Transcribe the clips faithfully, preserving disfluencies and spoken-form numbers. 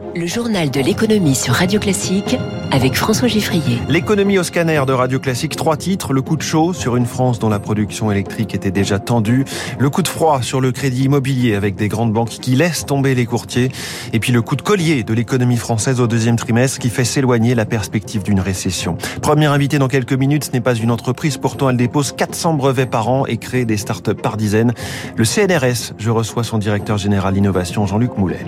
Le journal de l'économie sur Radio Classique avec François Giffrier. L'économie au scanner de Radio Classique, trois titres. Le coup de chaud sur une France dont la production électrique était déjà tendue. Le coup de froid sur le crédit immobilier avec des grandes banques qui laissent tomber les courtiers. Et puis le coup de collier de l'économie française au deuxième trimestre qui fait s'éloigner la perspective d'une récession. Première invitée dans quelques minutes, ce n'est pas une entreprise. Pourtant, elle dépose quatre cents brevets par an et crée des startups par dizaines. Le C N R S, je reçois son directeur général innovation, Jean-Luc Moulet.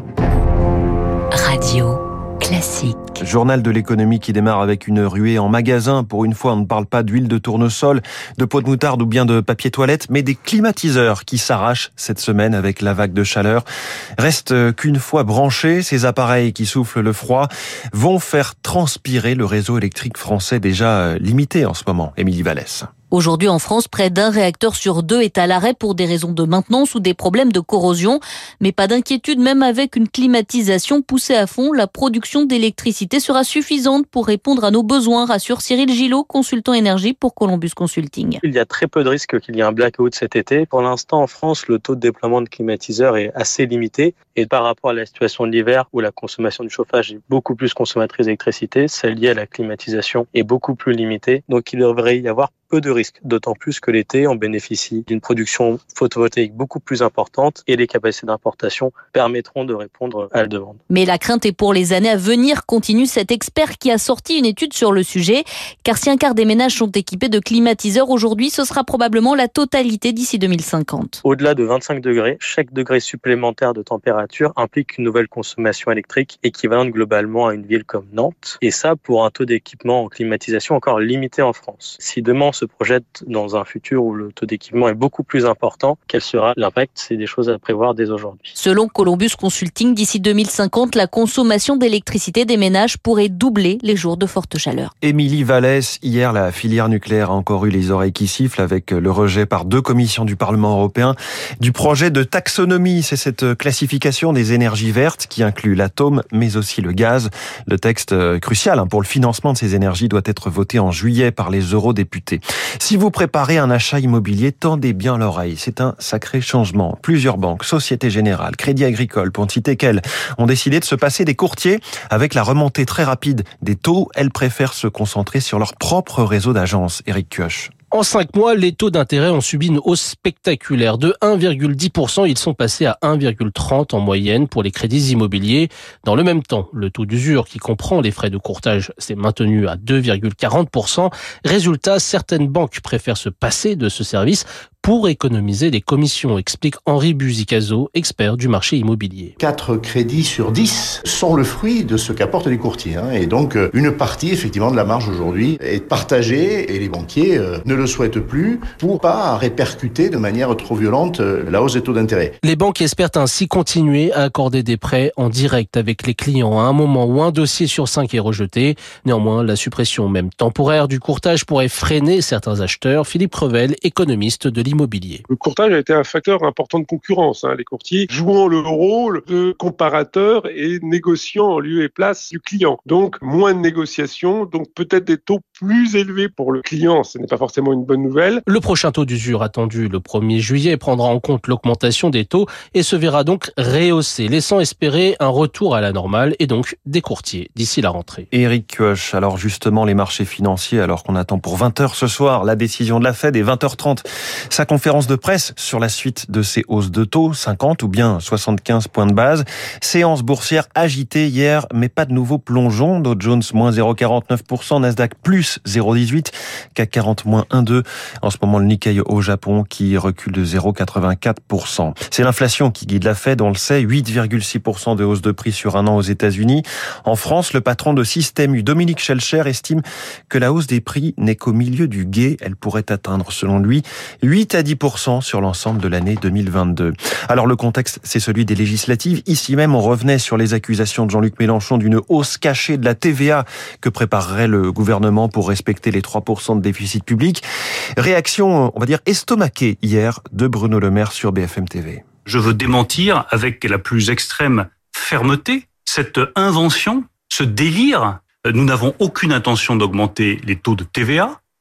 Radio Classique. Journal de l'économie qui démarre avec une ruée en magasin. Pour une fois, on ne parle pas d'huile de tournesol, de pot de moutarde ou bien de papier toilette, mais des climatiseurs qui s'arrachent cette semaine avec la vague de chaleur. Reste qu'une fois branchés, ces appareils qui soufflent le froid vont faire transpirer le réseau électrique français déjà limité en ce moment. Émilie Vallès. Aujourd'hui, en France, près d'un réacteur sur deux est à l'arrêt pour des raisons de maintenance ou des problèmes de corrosion. Mais pas d'inquiétude, même avec une climatisation poussée à fond, la production d'électricité sera suffisante pour répondre à nos besoins, rassure Cyril Gillot, consultant énergie pour Columbus Consulting. Il y a très peu de risques qu'il y ait un blackout cet été. Pour l'instant, en France, le taux de déploiement de climatiseurs est assez limité. Et par rapport à la situation de l'hiver, où la consommation du chauffage est beaucoup plus consommatrice d'électricité, celle liée à la climatisation est beaucoup plus limitée. Donc il devrait y avoir peu de risques, d'autant plus que l'été, on bénéficie d'une production photovoltaïque beaucoup plus importante et les capacités d'importation permettront de répondre à la demande. Mais la crainte est pour les années à venir, continue cet expert qui a sorti une étude sur le sujet. Car si un quart des ménages sont équipés de climatiseurs aujourd'hui, ce sera probablement la totalité d'ici deux mille cinquante. Au-delà de vingt-cinq degrés, chaque degré supplémentaire de température implique une nouvelle consommation électrique équivalente globalement à une ville comme Nantes. Et ça pour un taux d'équipement en climatisation encore limité en France. Si demain on se projette dans un futur où le taux d'équipement est beaucoup plus important, quel sera l'impact? C'est des choses à prévoir dès aujourd'hui. Selon Columbus Consulting, d'ici deux mille cinquante, la consommation d'électricité des ménages pourrait doubler les jours de forte chaleur. Émilie Vallès, hier, la filière nucléaire a encore eu les oreilles qui sifflent avec le rejet par deux commissions du Parlement européen du projet de taxonomie. C'est cette classification des énergies vertes qui inclut l'atome, mais aussi le gaz. Le texte crucial pour le financement de ces énergies doit être voté en juillet par les eurodéputés. Si vous préparez un achat immobilier, tendez bien l'oreille. C'est un sacré changement. Plusieurs banques, Société Générale, Crédit Agricole, pour ne citer qu'elles, ont décidé de se passer des courtiers. Avec la remontée très rapide des taux, elles préfèrent se concentrer sur leur propre réseau d'agences. Éric Kioch. En cinq mois, les taux d'intérêt ont subi une hausse spectaculaire. De un virgule dix pour cent, ils sont passés à un virgule trente en moyenne pour les crédits immobiliers. Dans le même temps, le taux d'usure qui comprend les frais de courtage s'est maintenu à deux virgule quarante pour cent. Résultat, certaines banques préfèrent se passer de ce service pour économiser les commissions, explique Henri Buzicazo, expert du marché immobilier. quatre crédits sur dix sont le fruit de ce qu'apportent les courtiers. Et donc, une partie, effectivement, de la marge aujourd'hui est partagée et les banquiers ne le souhaitent plus pour pas répercuter de manière trop violente la hausse des taux d'intérêt. Les banques espèrent ainsi continuer à accorder des prêts en direct avec les clients à un moment où un dossier sur cinq est rejeté. Néanmoins, la suppression même temporaire du courtage pourrait freiner certains acheteurs. Philippe Crevel, économiste de l'immobilier. Le courtage a été un facteur important de concurrence. Hein. Les courtiers jouant le rôle de comparateur et négociant en lieu et place du client. Donc, moins de négociations, donc peut-être des taux plus élevés pour le client. Ce n'est pas forcément une bonne nouvelle. Le prochain taux d'usure attendu le premier juillet prendra en compte l'augmentation des taux et se verra donc rehaussé, laissant espérer un retour à la normale et donc des courtiers d'ici la rentrée. Éric Kioch, alors justement les marchés financiers, alors qu'on attend pour vingt heures ce soir la décision de la Fed et vingt heures trente sa conférence de presse sur la suite de ces hausses de taux, cinquante ou bien soixante-quinze points de base. Séance boursière agitée hier, mais pas de nouveau plongeon. Dow Jones moins zéro virgule quarante-neuf pour cent, Nasdaq plus zéro virgule dix-huit, C A C quarante moins un virgule deux. En ce moment, le Nikkei au Japon qui recule de zéro virgule quatre-vingt-quatre pour cent. C'est l'inflation qui guide la Fed, on le sait, huit virgule six pour cent de hausse de prix sur un an aux États-Unis. En France, le patron de Système U, Dominique Schelcher, estime que la hausse des prix n'est qu'au milieu du gué. Elle pourrait atteindre, selon lui, huit à dix pour cent sur l'ensemble de l'année deux mille vingt-deux. Alors le contexte, c'est celui des législatives. Ici même, on revenait sur les accusations de Jean-Luc Mélenchon d'une hausse cachée de la T V A que préparerait le gouvernement pour respecter les trois pour cent de déficit public. Réaction, on va dire, estomaquée hier de Bruno Le Maire sur B F M T V. Je veux démentir avec la plus extrême fermeté cette invention, ce délire. Nous n'avons aucune intention d'augmenter les taux de T V A.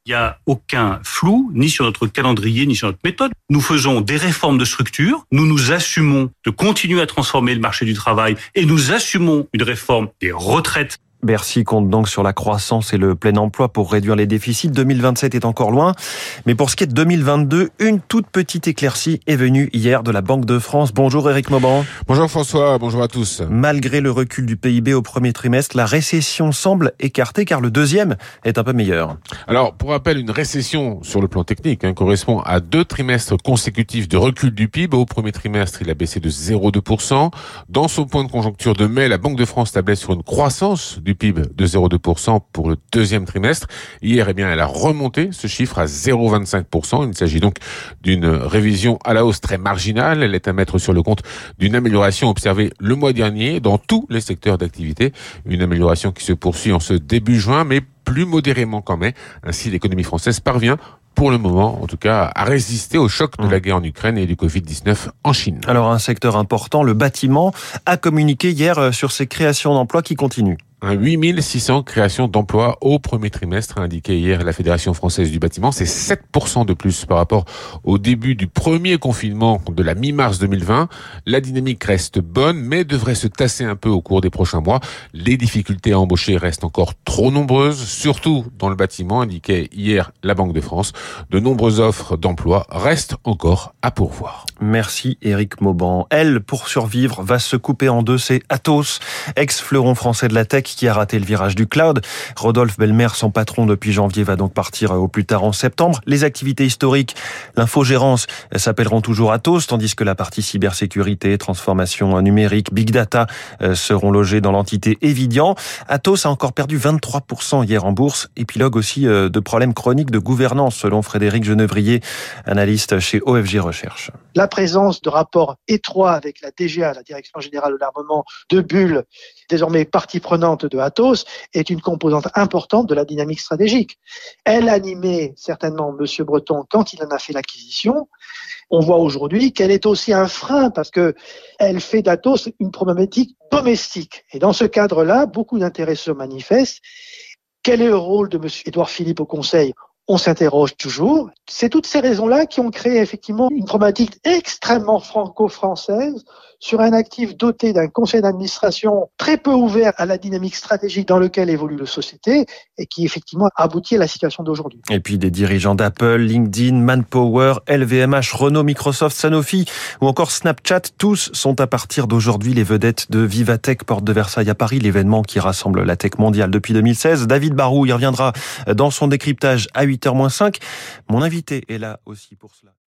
Il n'y a aucun flou, ni sur notre calendrier, ni sur notre méthode. Nous faisons des réformes de structure, nous nous assumons de continuer à transformer le marché du travail et nous assumons une réforme des retraites. Bercy compte donc sur la croissance et le plein emploi pour réduire les déficits. deux mille vingt-sept est encore loin. Mais pour ce qui est de deux mille vingt-deux, une toute petite éclaircie est venue hier de la Banque de France. Bonjour Éric Mauban. Bonjour François, bonjour à tous. Malgré le recul du P I B au premier trimestre, la récession semble écartée car le deuxième est un peu meilleur. Alors, pour rappel, une récession sur le plan technique hein, correspond à deux trimestres consécutifs de recul du P I B. Au premier trimestre, il a baissé de zéro virgule deux pour cent. Dans son point de conjoncture de mai, la Banque de France tablait sur une croissance du P I B de zéro virgule deux pour cent pour le deuxième trimestre. Hier, eh bien, elle a remonté ce chiffre à zéro virgule vingt-cinq pour cent. Il s'agit donc d'une révision à la hausse très marginale. Elle est à mettre sur le compte d'une amélioration observée le mois dernier dans tous les secteurs d'activité. Une amélioration qui se poursuit en ce début juin, mais plus modérément qu'en mai. Ainsi, l'économie française parvient pour le moment, en tout cas, à résister au choc de la guerre en Ukraine et du covid dix-neuf en Chine. Alors, un secteur important, le bâtiment, a communiqué hier sur ses créations d'emplois qui continuent. huit mille six cents créations d'emplois au premier trimestre, a indiqué hier la Fédération française du bâtiment. C'est sept pour cent de plus par rapport au début du premier confinement de la mi-mars deux mille vingt. La dynamique reste bonne, mais devrait se tasser un peu au cours des prochains mois. Les difficultés à embaucher restent encore trop nombreuses, surtout dans le bâtiment, indiquait hier la Banque de France. De nombreuses offres d'emploi restent encore à pourvoir. Merci Éric Mauban. Elle, pour survivre, va se couper en deux. C'est Atos, ex-fleuron français de la tech, qui a raté le virage du cloud. Rodolphe Belmer, son patron depuis janvier, va donc partir au plus tard en septembre. Les activités historiques, l'infogérance, s'appelleront toujours Atos, tandis que la partie cybersécurité, transformation numérique, big data seront logées dans l'entité Evidian. Atos a encore perdu vingt-trois pour cent hier en bourse, épilogue aussi de problèmes chroniques de gouvernance, selon Frédéric Genevrier, analyste chez O F G Recherche. La présence de rapports étroits avec la D G A, la Direction Générale de l'Armement, de Bull, désormais partie prenante de Atos, est une composante importante de la dynamique stratégique. Elle animait certainement Monsieur Breton quand il en a fait l'acquisition. On voit aujourd'hui qu'elle est aussi un frein parce que elle fait d'Atos une problématique domestique. Et dans ce cadre-là, beaucoup d'intérêt se manifeste. Quel est le rôle de Monsieur Édouard Philippe au Conseil ? On s'interroge toujours. C'est toutes ces raisons-là qui ont créé effectivement une problématique extrêmement franco-française sur un actif doté d'un conseil d'administration très peu ouvert à la dynamique stratégique dans laquelle évolue la société et qui effectivement aboutit à la situation d'aujourd'hui. Et puis des dirigeants d'Apple, LinkedIn, Manpower, L V M H, Renault, Microsoft, Sanofi ou encore Snapchat, tous sont à partir d'aujourd'hui les vedettes de Vivatech, porte de Versailles à Paris, l'événement qui rassemble la tech mondiale depuis deux mille seize. David Barou y reviendra dans son décryptage à huit heures moins cinq. Mon invité est là aussi pour cela.